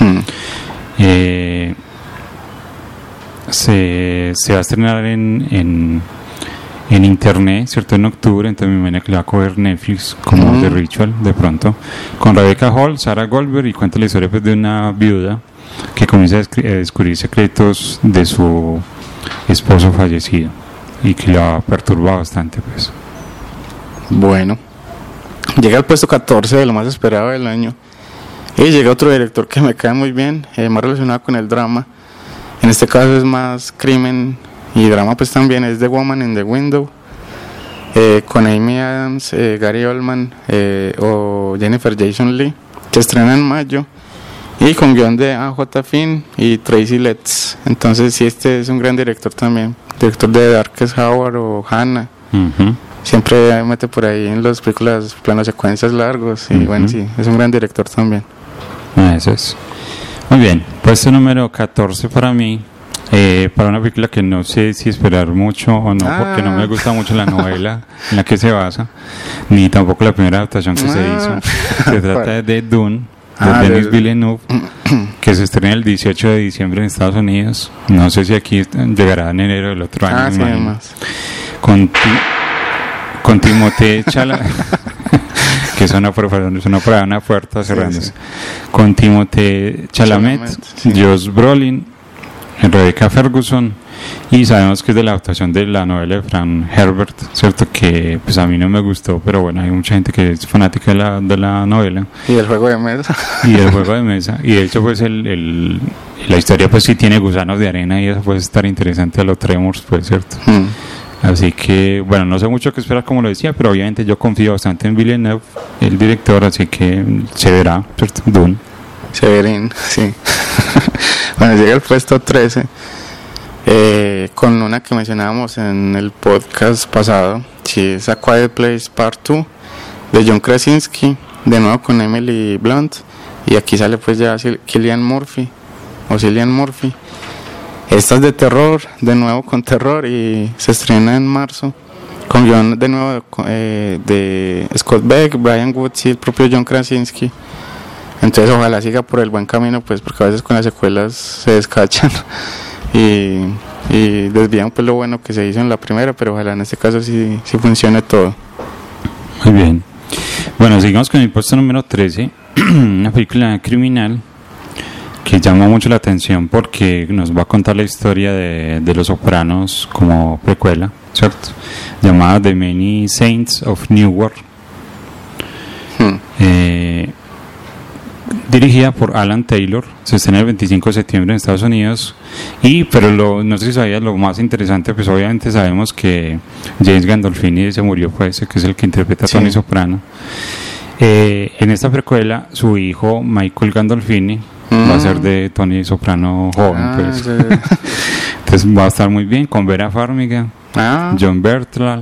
Se va a estrenar en internet, ¿cierto? En octubre. Entonces me imagino que le va a coger Netflix como The Ritual de pronto, con Rebecca Hall, Sarah Goldberg, y cuenta la historia pues de una viuda que comienza a descubrir secretos de su esposo fallecido y que la perturba bastante pues. Bueno, llega al puesto 14 de lo más esperado del año, y llega otro director que me cae muy bien, más relacionado con el drama. En este caso es más crimen y drama pues también, es The Woman in the Window, con Amy Adams, Gary Oldman o Jennifer Jason Leigh. Se estrena en mayo y con guión de A.J. Finn y Tracy Letts. Entonces sí, este es un gran director también, director de Darkest Hour o Hannah. Siempre mete por ahí en las películas planos secuencias largos, y bueno, sí, es un gran director también. Eso es. Muy bien, puesto número 14 para mí, para una película que no sé si esperar mucho o no, porque no me gusta mucho la novela en la que se basa, ni tampoco la primera adaptación que se hizo. Se trata de Dune, de Denis Villeneuve, que se estrena el 18 de diciembre en Estados Unidos. No sé si aquí llegará en enero del otro año. Sí, además. Con Timothée Chalamet, que es una puerta cerrándose. Sí. Con Timothée Chalamet, sí. Josh Brolin, Rebecca Ferguson y sabemos que es de la adaptación de la novela de Frank Herbert, ¿cierto? Que pues a mí no me gustó, pero bueno, hay mucha gente que es fanática de la novela Y el juego de mesa. y del juego de mesa, y de hecho pues la historia pues sí tiene gusanos de arena y eso puede estar interesante a los Tremors, pues, ¿cierto? Así que, bueno, no sé mucho qué esperar, como lo decía, pero obviamente yo confío bastante en Villeneuve, el director, así que se verá, ¿cierto? Dune. Severin, sí. Bueno, llega el puesto 13, con una que mencionábamos en el podcast pasado, sí, es A Quiet Place Part 2, de John Krasinski, de nuevo con Emily Blunt, y aquí sale pues ya Cillian Murphy. Esta es de terror, de nuevo con terror, y se estrena en marzo, con guión de nuevo de Scott Beck, Brian Woods y el propio John Krasinski. Entonces ojalá siga por el buen camino, pues, porque a veces con las secuelas se descachan y desvían pues lo bueno que se hizo en la primera, pero ojalá en este caso sí funcione todo. Muy bien. Bueno, sigamos con el puesto número 13, una película criminal que llama mucho la atención porque nos va a contar la historia de Los Sopranos como precuela, ¿cierto? Llamada The Many Saints of Newark. Dirigida por Alan Taylor, se estrena el 25 de septiembre en Estados Unidos, pero no sé si sabías lo más interesante, pues obviamente sabemos que James Gandolfini se murió, pues, que es el que interpreta a Tony Soprano. En esta precuela, su hijo Michael Gandolfini va a ser de Tony Soprano joven, pues. Sí. Entonces va a estar muy bien con Vera Farmiga, John Berntal.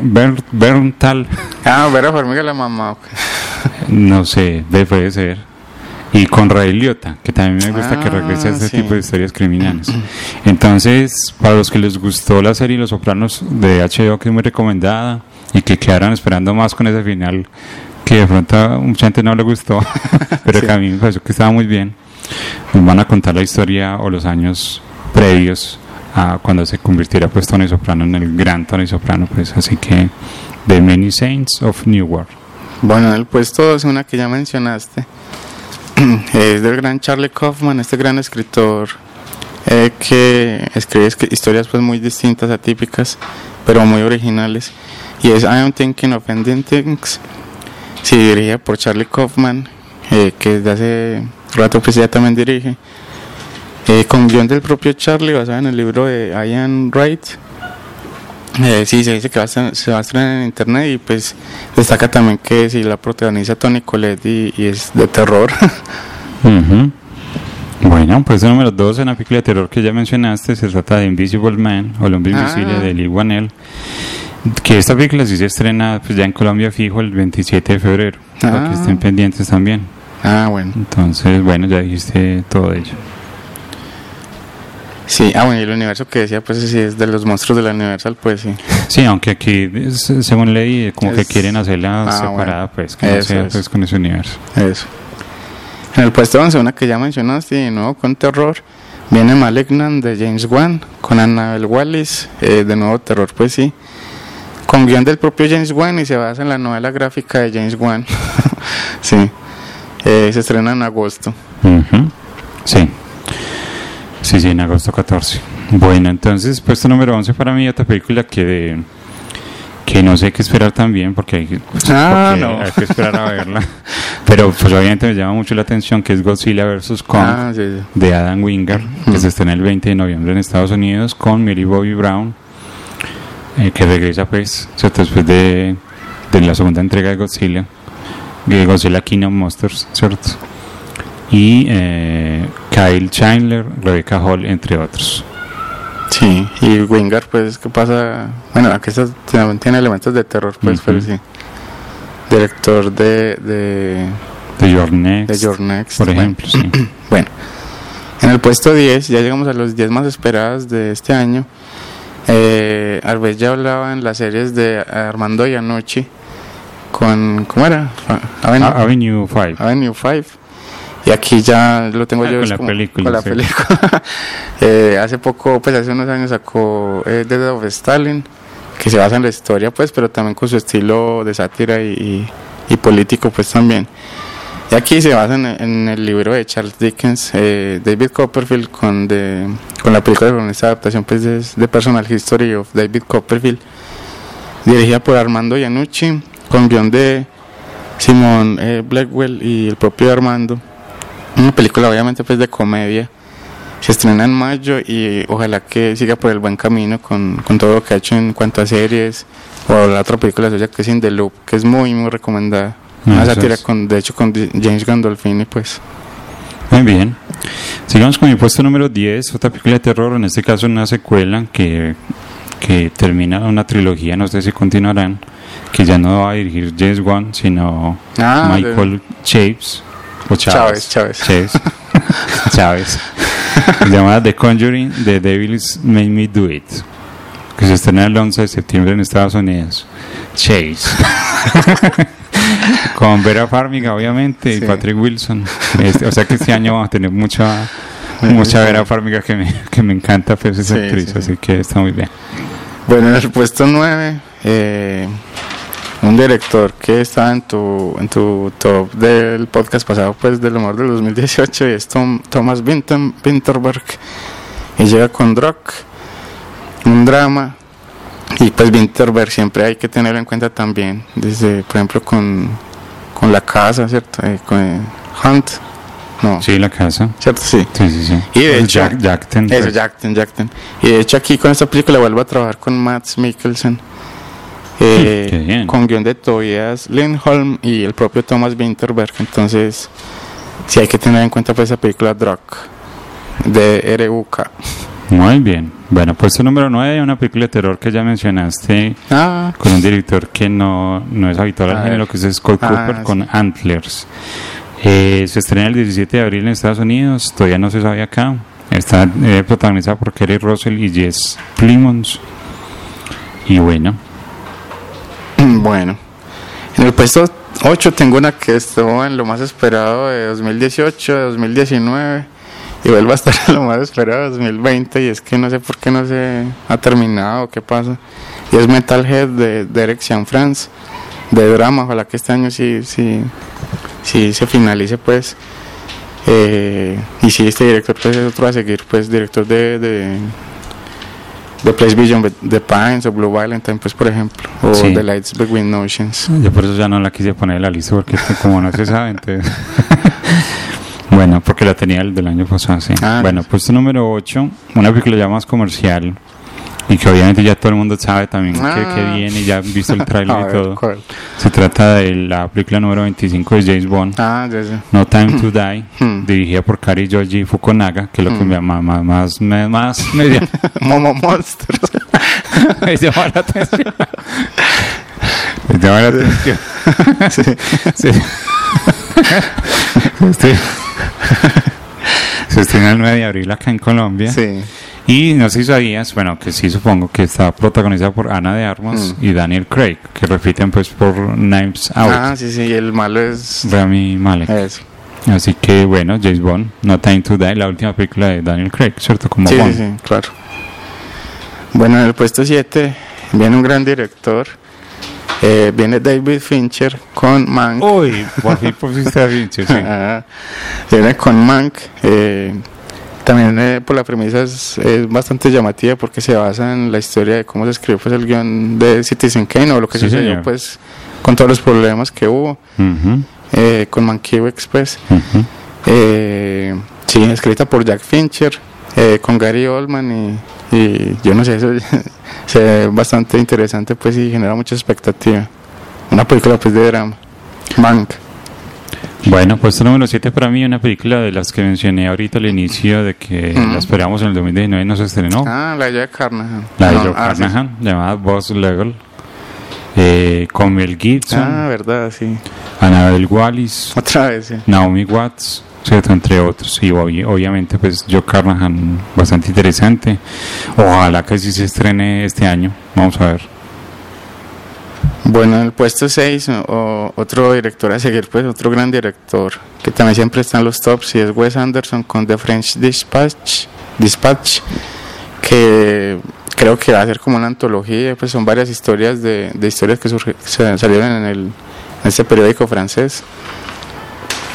Vera Farmiga la mamá. Okay. No sé, puede ser. Y con Ray Liotta, que también me gusta que regrese a este tipo de historias criminales. Entonces, para los que les gustó la serie Los Sopranos de HBO, que es muy recomendada, y que quedaron esperando más con ese final, que de pronto a mucha gente no le gustó, pero que a mí me pareció que estaba muy bien, nos van a contar la historia o los años previos a cuando se convirtiera pues Tony Soprano en el gran Tony Soprano, pues. Así que The Many Saints of Newark. Bueno, en el puesto 2, una que ya mencionaste, es del gran Charlie Kaufman, este gran escritor que escribe historias pues muy distintas, atípicas, pero muy originales, y es I Am Thinking of Ending Things, sí, dirigida por Charlie Kaufman, que desde hace rato pues ya también dirige, con guión del propio Charlie, basado en el libro de Ian Wright. Sí, se dice que se va a estrenar en internet, y pues destaca también que si la protagoniza Toni Collette y es de terror. Bueno, pues el número 2, una película de terror que ya mencionaste, se trata de Invisible Man, o El Hombre Invisible, de Lee Whannell, que esta película sí se estrena pues ya en Colombia fijo el 27 de febrero, para que estén pendientes también. Bueno. Entonces, bueno, ya dijiste todo ello. Sí, bueno, y el universo que decía, pues sí, es de los monstruos de la Universal, pues sí. Sí, aunque aquí, según leí, como que quieren hacerla separada, pues, que no sea pues con ese universo. Eso. En el puesto 11, una que ya mencionaste, y de nuevo con terror, viene Malignant de James Wan, con Annabelle Wallis, de nuevo terror, pues sí, con guión del propio James Wan, y se basa en la novela gráfica de James Wan. Sí, se estrena en agosto. Sí. Sí, en agosto 14. Bueno, entonces, puesto número 11 para mí, otra película que no sé qué esperar también, porque hay que esperar a verla. Pero pues obviamente me llama mucho la atención, que es Godzilla vs. Kong, de Adam Wingard, que se estrena el 20 de noviembre en Estados Unidos, con Millie Bobby Brown, que regresa pues después de la segunda entrega de Godzilla King of Monsters, ¿cierto? Y Kyle Chandler, Rebecca Hall, entre otros. Sí, y Wingard, pues, ¿qué pasa? Bueno, aquí también tiene elementos de terror, pues, pero sí. Director de Your Next, por ejemplo, sí. Bueno, en el puesto 10, ya llegamos a los 10 más esperadas de este año. Arbez ya hablaba en las series de Armando Iannucci con, ¿cómo era? Avenue 5. Y aquí ya lo tengo yo con la película. Con la película. Hace poco, pues hace unos años sacó Death of Stalin, que se basa en la historia, pues, pero también con su estilo de sátira y político, pues también. Y aquí se basa en el libro de Charles Dickens, David Copperfield, con la película, con esta adaptación pues de Personal History of David Copperfield, dirigida por Armando Iannucci, con guión de Simon Blackwell y el propio Armando. Una película obviamente pues de comedia. Se estrena en mayo y ojalá que siga por el buen camino con todo lo que ha hecho en cuanto a series, o la otra película suya que es In the Loop, que es muy muy recomendada. Una sátira de hecho con James Gandolfini pues. Muy bien. Sigamos con mi puesto número 10, otra película de terror, en este caso una secuela que termina una trilogía, no sé si continuarán, que ya no va a dirigir James Wan, sino Michael Chaves. O Chávez. Chávez. Llamada The Conjuring, The Devils Made Me Do It, que se estrena el 11 de septiembre en Estados Unidos. Chase. Con Vera Farmiga, obviamente, sí. Y Patrick Wilson. O sea que este año vamos a tener mucha Vera Farmiga que me encanta, pues, esa actriz, sí. Así que está muy bien. Bueno, en el puesto 9, un director que estaba en tu top del podcast pasado, pues, del humor del 2018, y es Thomas Vinterberg, y llega con Druck, un drama. Y pues Vinterberg siempre hay que tenerlo en cuenta también, desde por ejemplo con La Casa, ¿cierto? Con Hunt, no. Sí, La Casa. ¿Cierto? Sí. Sí. Y de hecho, Jackten. Eso, Jackten. Y de hecho aquí con esta película vuelvo a trabajar con Mads Mikkelsen, con guión de Tobias Lindholm y el propio Thomas Vinterberg. Entonces sí hay que tener en cuenta pues esa película Druck, de RUK. Muy bien. Bueno, puesto número 9, una película de terror que ya mencionaste, con un director que no es habitual al género, que es Scott Cooper, sí. Con Antlers. Se estrena el 17 de abril en Estados Unidos, todavía no se sabe acá. Está protagonizada por Kerry Russell y Jess Plemons. Y bueno, en el puesto 8 tengo una que estuvo en lo más esperado de 2018, de 2019, y vuelve a estar en lo más esperado de 2020, y es que no sé por qué no se ha terminado, qué pasa. Y es Metalhead de Derek Cianfrance, de drama. Ojalá que este año sí se finalice pues. Y sí, este director pues es otro a seguir, pues, director de Place Beyond the Pines o Blue Valentine, pues, por ejemplo, o sí. The Lights Between Oceans. Yo por eso ya no la quise poner en la lista, porque como no se sabe, entonces... Bueno, porque la tenía el del año pasado, sí. Bueno, puesto número 8, una película ya más comercial, y que obviamente ya todo el mundo sabe también que viene, ya han visto el trailer y todo. ¿Cuál? Se trata de la película número 25 de James Bond, ya. No Time to Die, dirigida por Kari Yoji Fukunaga, que es lo que me más Momo Monsters. me llama la atención. Sí. Se estrena el 9 de abril acá en Colombia. Sí. Y no sé si sabías, bueno, que sí, supongo que está protagonizada por Ana de Armas y Daniel Craig, que repiten pues por Knives Out. Sí, y el malo es Rami Malek. Eso. Así que bueno, James Bond, No Time to Die, la última película de Daniel Craig, ¿cierto? Como Bond. Sí, claro. Bueno, en el puesto 7 viene un gran director. Viene David Fincher con Mank. Uy, por fin pusiste a Fincher, sí. Viene con Mank. También por la premisa es bastante llamativa, porque se basa en la historia de cómo se escribió pues el guión de Citizen Kane, o lo que sucedió, señor. Pues con todos los problemas que hubo con Mankiewicz, pues. Sí, escrita por Jack Fincher, con Gary Oldman, y yo no sé, eso se ve bastante interesante pues, y genera mucha expectativa. Una película pues de drama, Mank. Bueno, puesto número 7 para mí, una película de las que mencioné ahorita al inicio, de que la esperamos en el 2019 y no se estrenó. La de Joe Carnahan. La de Joe Carnahan, sí. Llamada Boss Level, con Mel Gibson. Verdad, sí. Annabelle Wallis. Otra vez, sí. Naomi Watts, ¿cierto? Entre otros. Y obviamente pues Joe Carnahan, bastante interesante. Ojalá que sí se estrene este año. Vamos a ver. Bueno, en el puesto 6, otro director a seguir, pues otro gran director, que también siempre está en los tops, y es Wes Anderson con The French Dispatch, que creo que va a ser como una antología, pues son varias historias de historias que salieron en este periódico francés.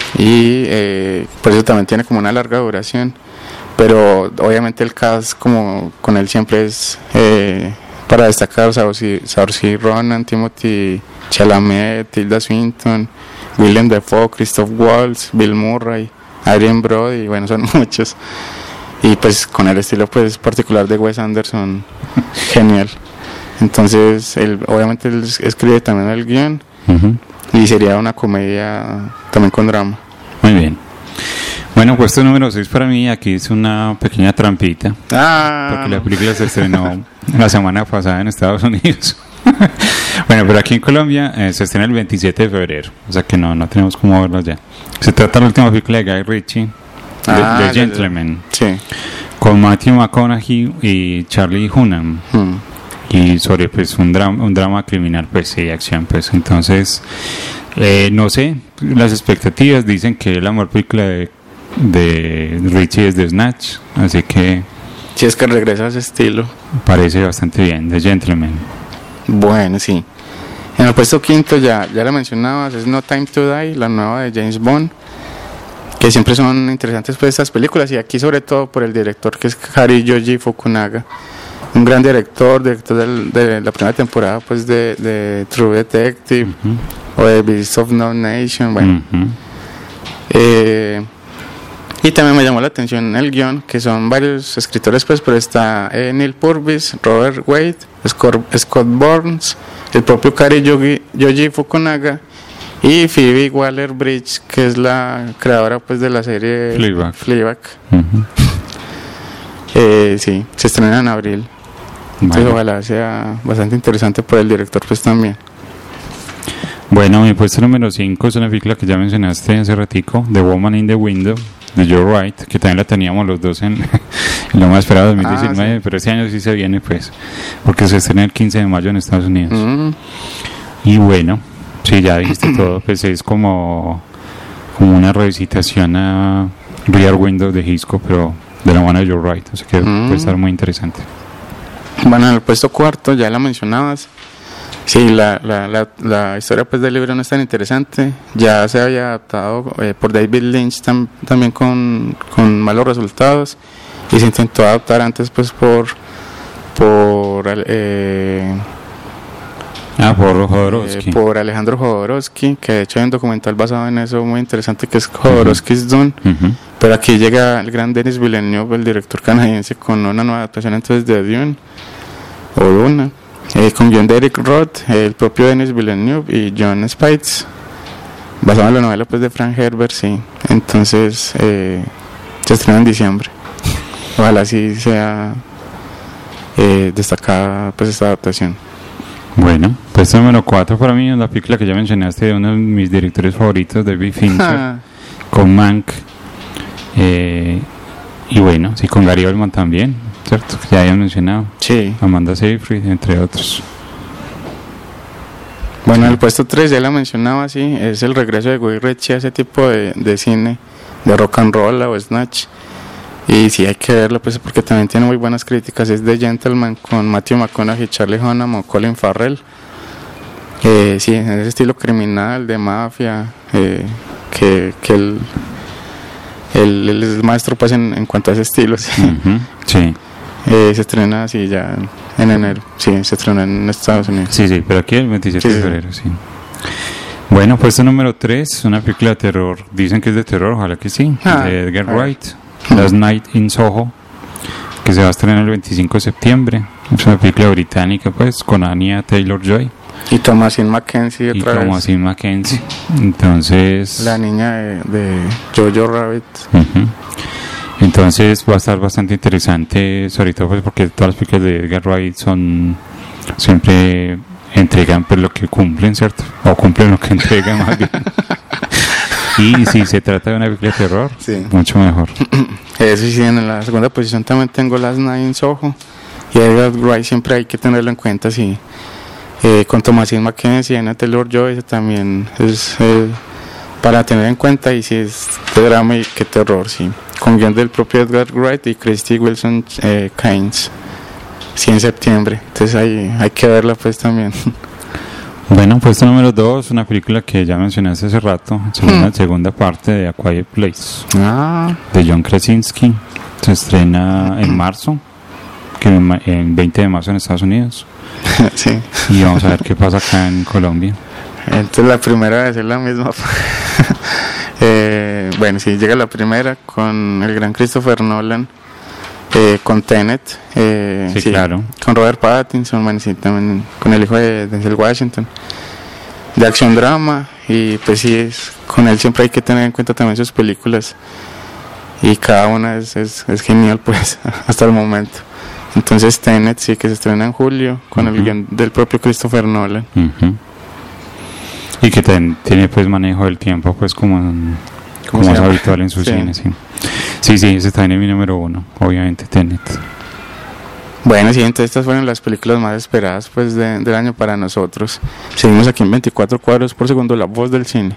y por eso también tiene como una larga duración, pero obviamente el cast como con él siempre es para destacar Saoirse Ronan, Timothy Chalamet, Tilda Swinton, Willem Dafoe, Christoph Waltz, Bill Murray, Adrien Brody, bueno, son muchos, y pues con el estilo pues particular de Wes Anderson, genial. Entonces obviamente él escribe también el guión, y sería una comedia también con drama. Muy bien. Bueno, puesto número 6 para mí, aquí es una pequeña trampita, porque la película se estrenó la semana pasada en Estados Unidos. Bueno, pero aquí en Colombia se estrena el 27 de febrero, o sea que no tenemos cómo verlo ya. Se trata de la última película de Guy Ritchie, The Gentleman, sí, con Matthew McConaughey y Charlie Hunnam, y sobre pues un drama criminal, pues y acción, pues. Entonces no sé, las expectativas dicen que la mejor película de Ritchie es The Snatch, así que si es que regresa a ese estilo, parece bastante bien. The Gentleman. Bueno, sí. En el puesto quinto ya la mencionabas, es No Time to Die, la nueva de James Bond, que siempre son interesantes pues estas películas, y aquí sobre todo por el director que es Yoji Fukunaga, un gran director de la primera temporada pues de True Detective, o de Beasts of No Nation, bueno. Y también me llamó la atención el guión, que son varios escritores pues, pero está Neil Purvis, Robert Wade, Scott Burns, el propio Yoji Fukunaga y Phoebe Waller-Bridge, que es la creadora pues de la serie Fleabag. Sí, se estrena en abril. Entonces ojalá sea bastante interesante por el director pues también. Bueno, mi puesto número 5 es una película que ya mencionaste hace ratico, The Woman in the Window, de Joe Wright, que también la teníamos los dos en lo más esperado 2019, sí. Pero este año sí se viene pues, porque se estrena el 15 de mayo en Estados Unidos. Y bueno, sí, ya dijiste todo, pues es como una revisitación a Rear Window de Hitchcock, pero de la mano de Joe Wright, o sea que puede estar muy interesante. Bueno, en el puesto cuarto ya la mencionabas. Sí, la historia pues del libro no es tan interesante. Ya se había adaptado por David Lynch también con malos resultados, y se intentó adaptar antes pues por Alejandro Jodorowsky, que de hecho hay un documental basado en eso muy interesante que es Jodorowsky's Dune. Pero aquí llega el gran Denis Villeneuve, el director canadiense, con una nueva adaptación entonces de Dune o Duna, con guion de Eric Roth, el propio Denis Villeneuve y John Spites, basado en la novela pues de Frank Herbert, sí. Entonces se estrena en diciembre. Ojalá sí sea destacada pues esta adaptación. Bueno, pues número 4 para mí es la película que ya mencionaste de uno de mis directores favoritos, David Fincher, con Mank, y bueno, sí, con Gary Oldman también, ¿cierto? Ya habían mencionado. Sí. Amanda Seyfried, entre otros. Bueno, el puesto 3 ya la mencionaba, sí, es el regreso de Guy Ritchie a ese tipo de cine, de rock and roll o Snatch. Y sí hay que verlo pues porque también tiene muy buenas críticas. Es The Gentleman con Matthew McConaughey, Charlie Hunnam o Colin Farrell. Sí, en ese estilo criminal, de mafia, que él es maestro pues en cuanto a ese estilo. Sí. Sí. Se estrena así ya en enero. Sí, se estrena en Estados Unidos. Sí, pero aquí el 27 de febrero, sí. Bueno, puesto número 3, una película de terror. Dicen que es de terror, ojalá que sí. De Edgar Wright, Last Night in Soho, que se va a estrenar el 25 de septiembre. Es una película británica, pues, con Anya Taylor-Joy. Y Thomasin McKenzie otra vez. Thomasin McKenzie. Entonces, la niña de Jojo Rabbit. Entonces va a estar bastante interesante, sobre todo pues porque todas las películas de Edgar Wright siempre entregan pues lo que cumplen, ¿cierto? O cumplen lo que entregan más bien. Y si se trata de una película de terror, sí, mucho mejor. Eso sí, en la segunda posición también tengo Last Night in Soho. Y Edgar Wright siempre hay que tenerlo en cuenta, sí. Con Thomasin McKenzie y Anya Taylor-Joy también es para tener en cuenta, y si es de drama y qué terror, sí. Con guión del propio Edgar Wright y Christy Wilson Keynes, sí, en septiembre. Entonces hay que verla pues también. Bueno, puesto número 2, una película que ya mencionaste hace rato, segunda parte de A Quiet Place, de John Krasinski. Se estrena en marzo, en 20 de marzo en Estados Unidos. Sí. Y vamos a ver qué pasa acá en Colombia. Entonces la primera vez es la misma. Bueno, sí, llega la primera con el gran Christopher Nolan, con Tenet, sí, claro, con Robert Pattinson, bueno, sí, también con el hijo de Denzel Washington, de acción drama. Y pues sí, con él siempre hay que tener en cuenta también sus películas, y cada una es genial, pues, hasta el momento. Entonces Tenet sí, que se estrena en julio con el guion del propio Christopher Nolan. Y que tiene pues manejo del tiempo, pues como es habitual en su cine. Sí, ese está en mi número 1, obviamente, Tenet. Bueno, sí, entonces estas fueron las películas más esperadas pues del año para nosotros. Seguimos aquí en 24 cuadros por segundo, la voz del cine.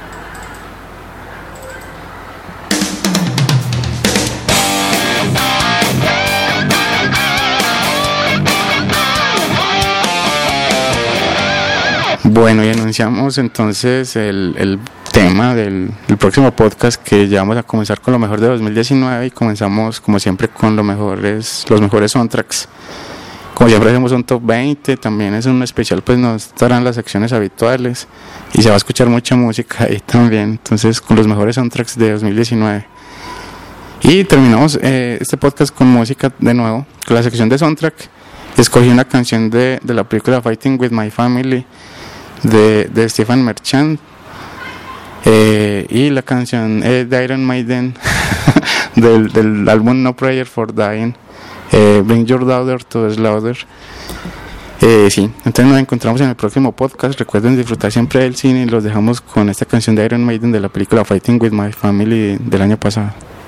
Bueno, y anunciamos entonces el tema del próximo podcast, que ya vamos a comenzar con lo mejor de 2019, y comenzamos como siempre con los mejores soundtracks. Como siempre hacemos un top 20, también es un especial, pues no estarán las secciones habituales y se va a escuchar mucha música ahí también, entonces con los mejores soundtracks de 2019. Y terminamos este podcast con música de nuevo, con la sección de soundtrack. Escogí una canción de la película Fighting with My Family de Stephen Merchant, y la canción de Iron Maiden del álbum No Prayer for Dying, Bring Your Daughter to the Slaughter. Sí, entonces nos encontramos en el próximo podcast. Recuerden disfrutar siempre del cine, y los dejamos con esta canción de Iron Maiden de la película Fighting with My Family del año pasado.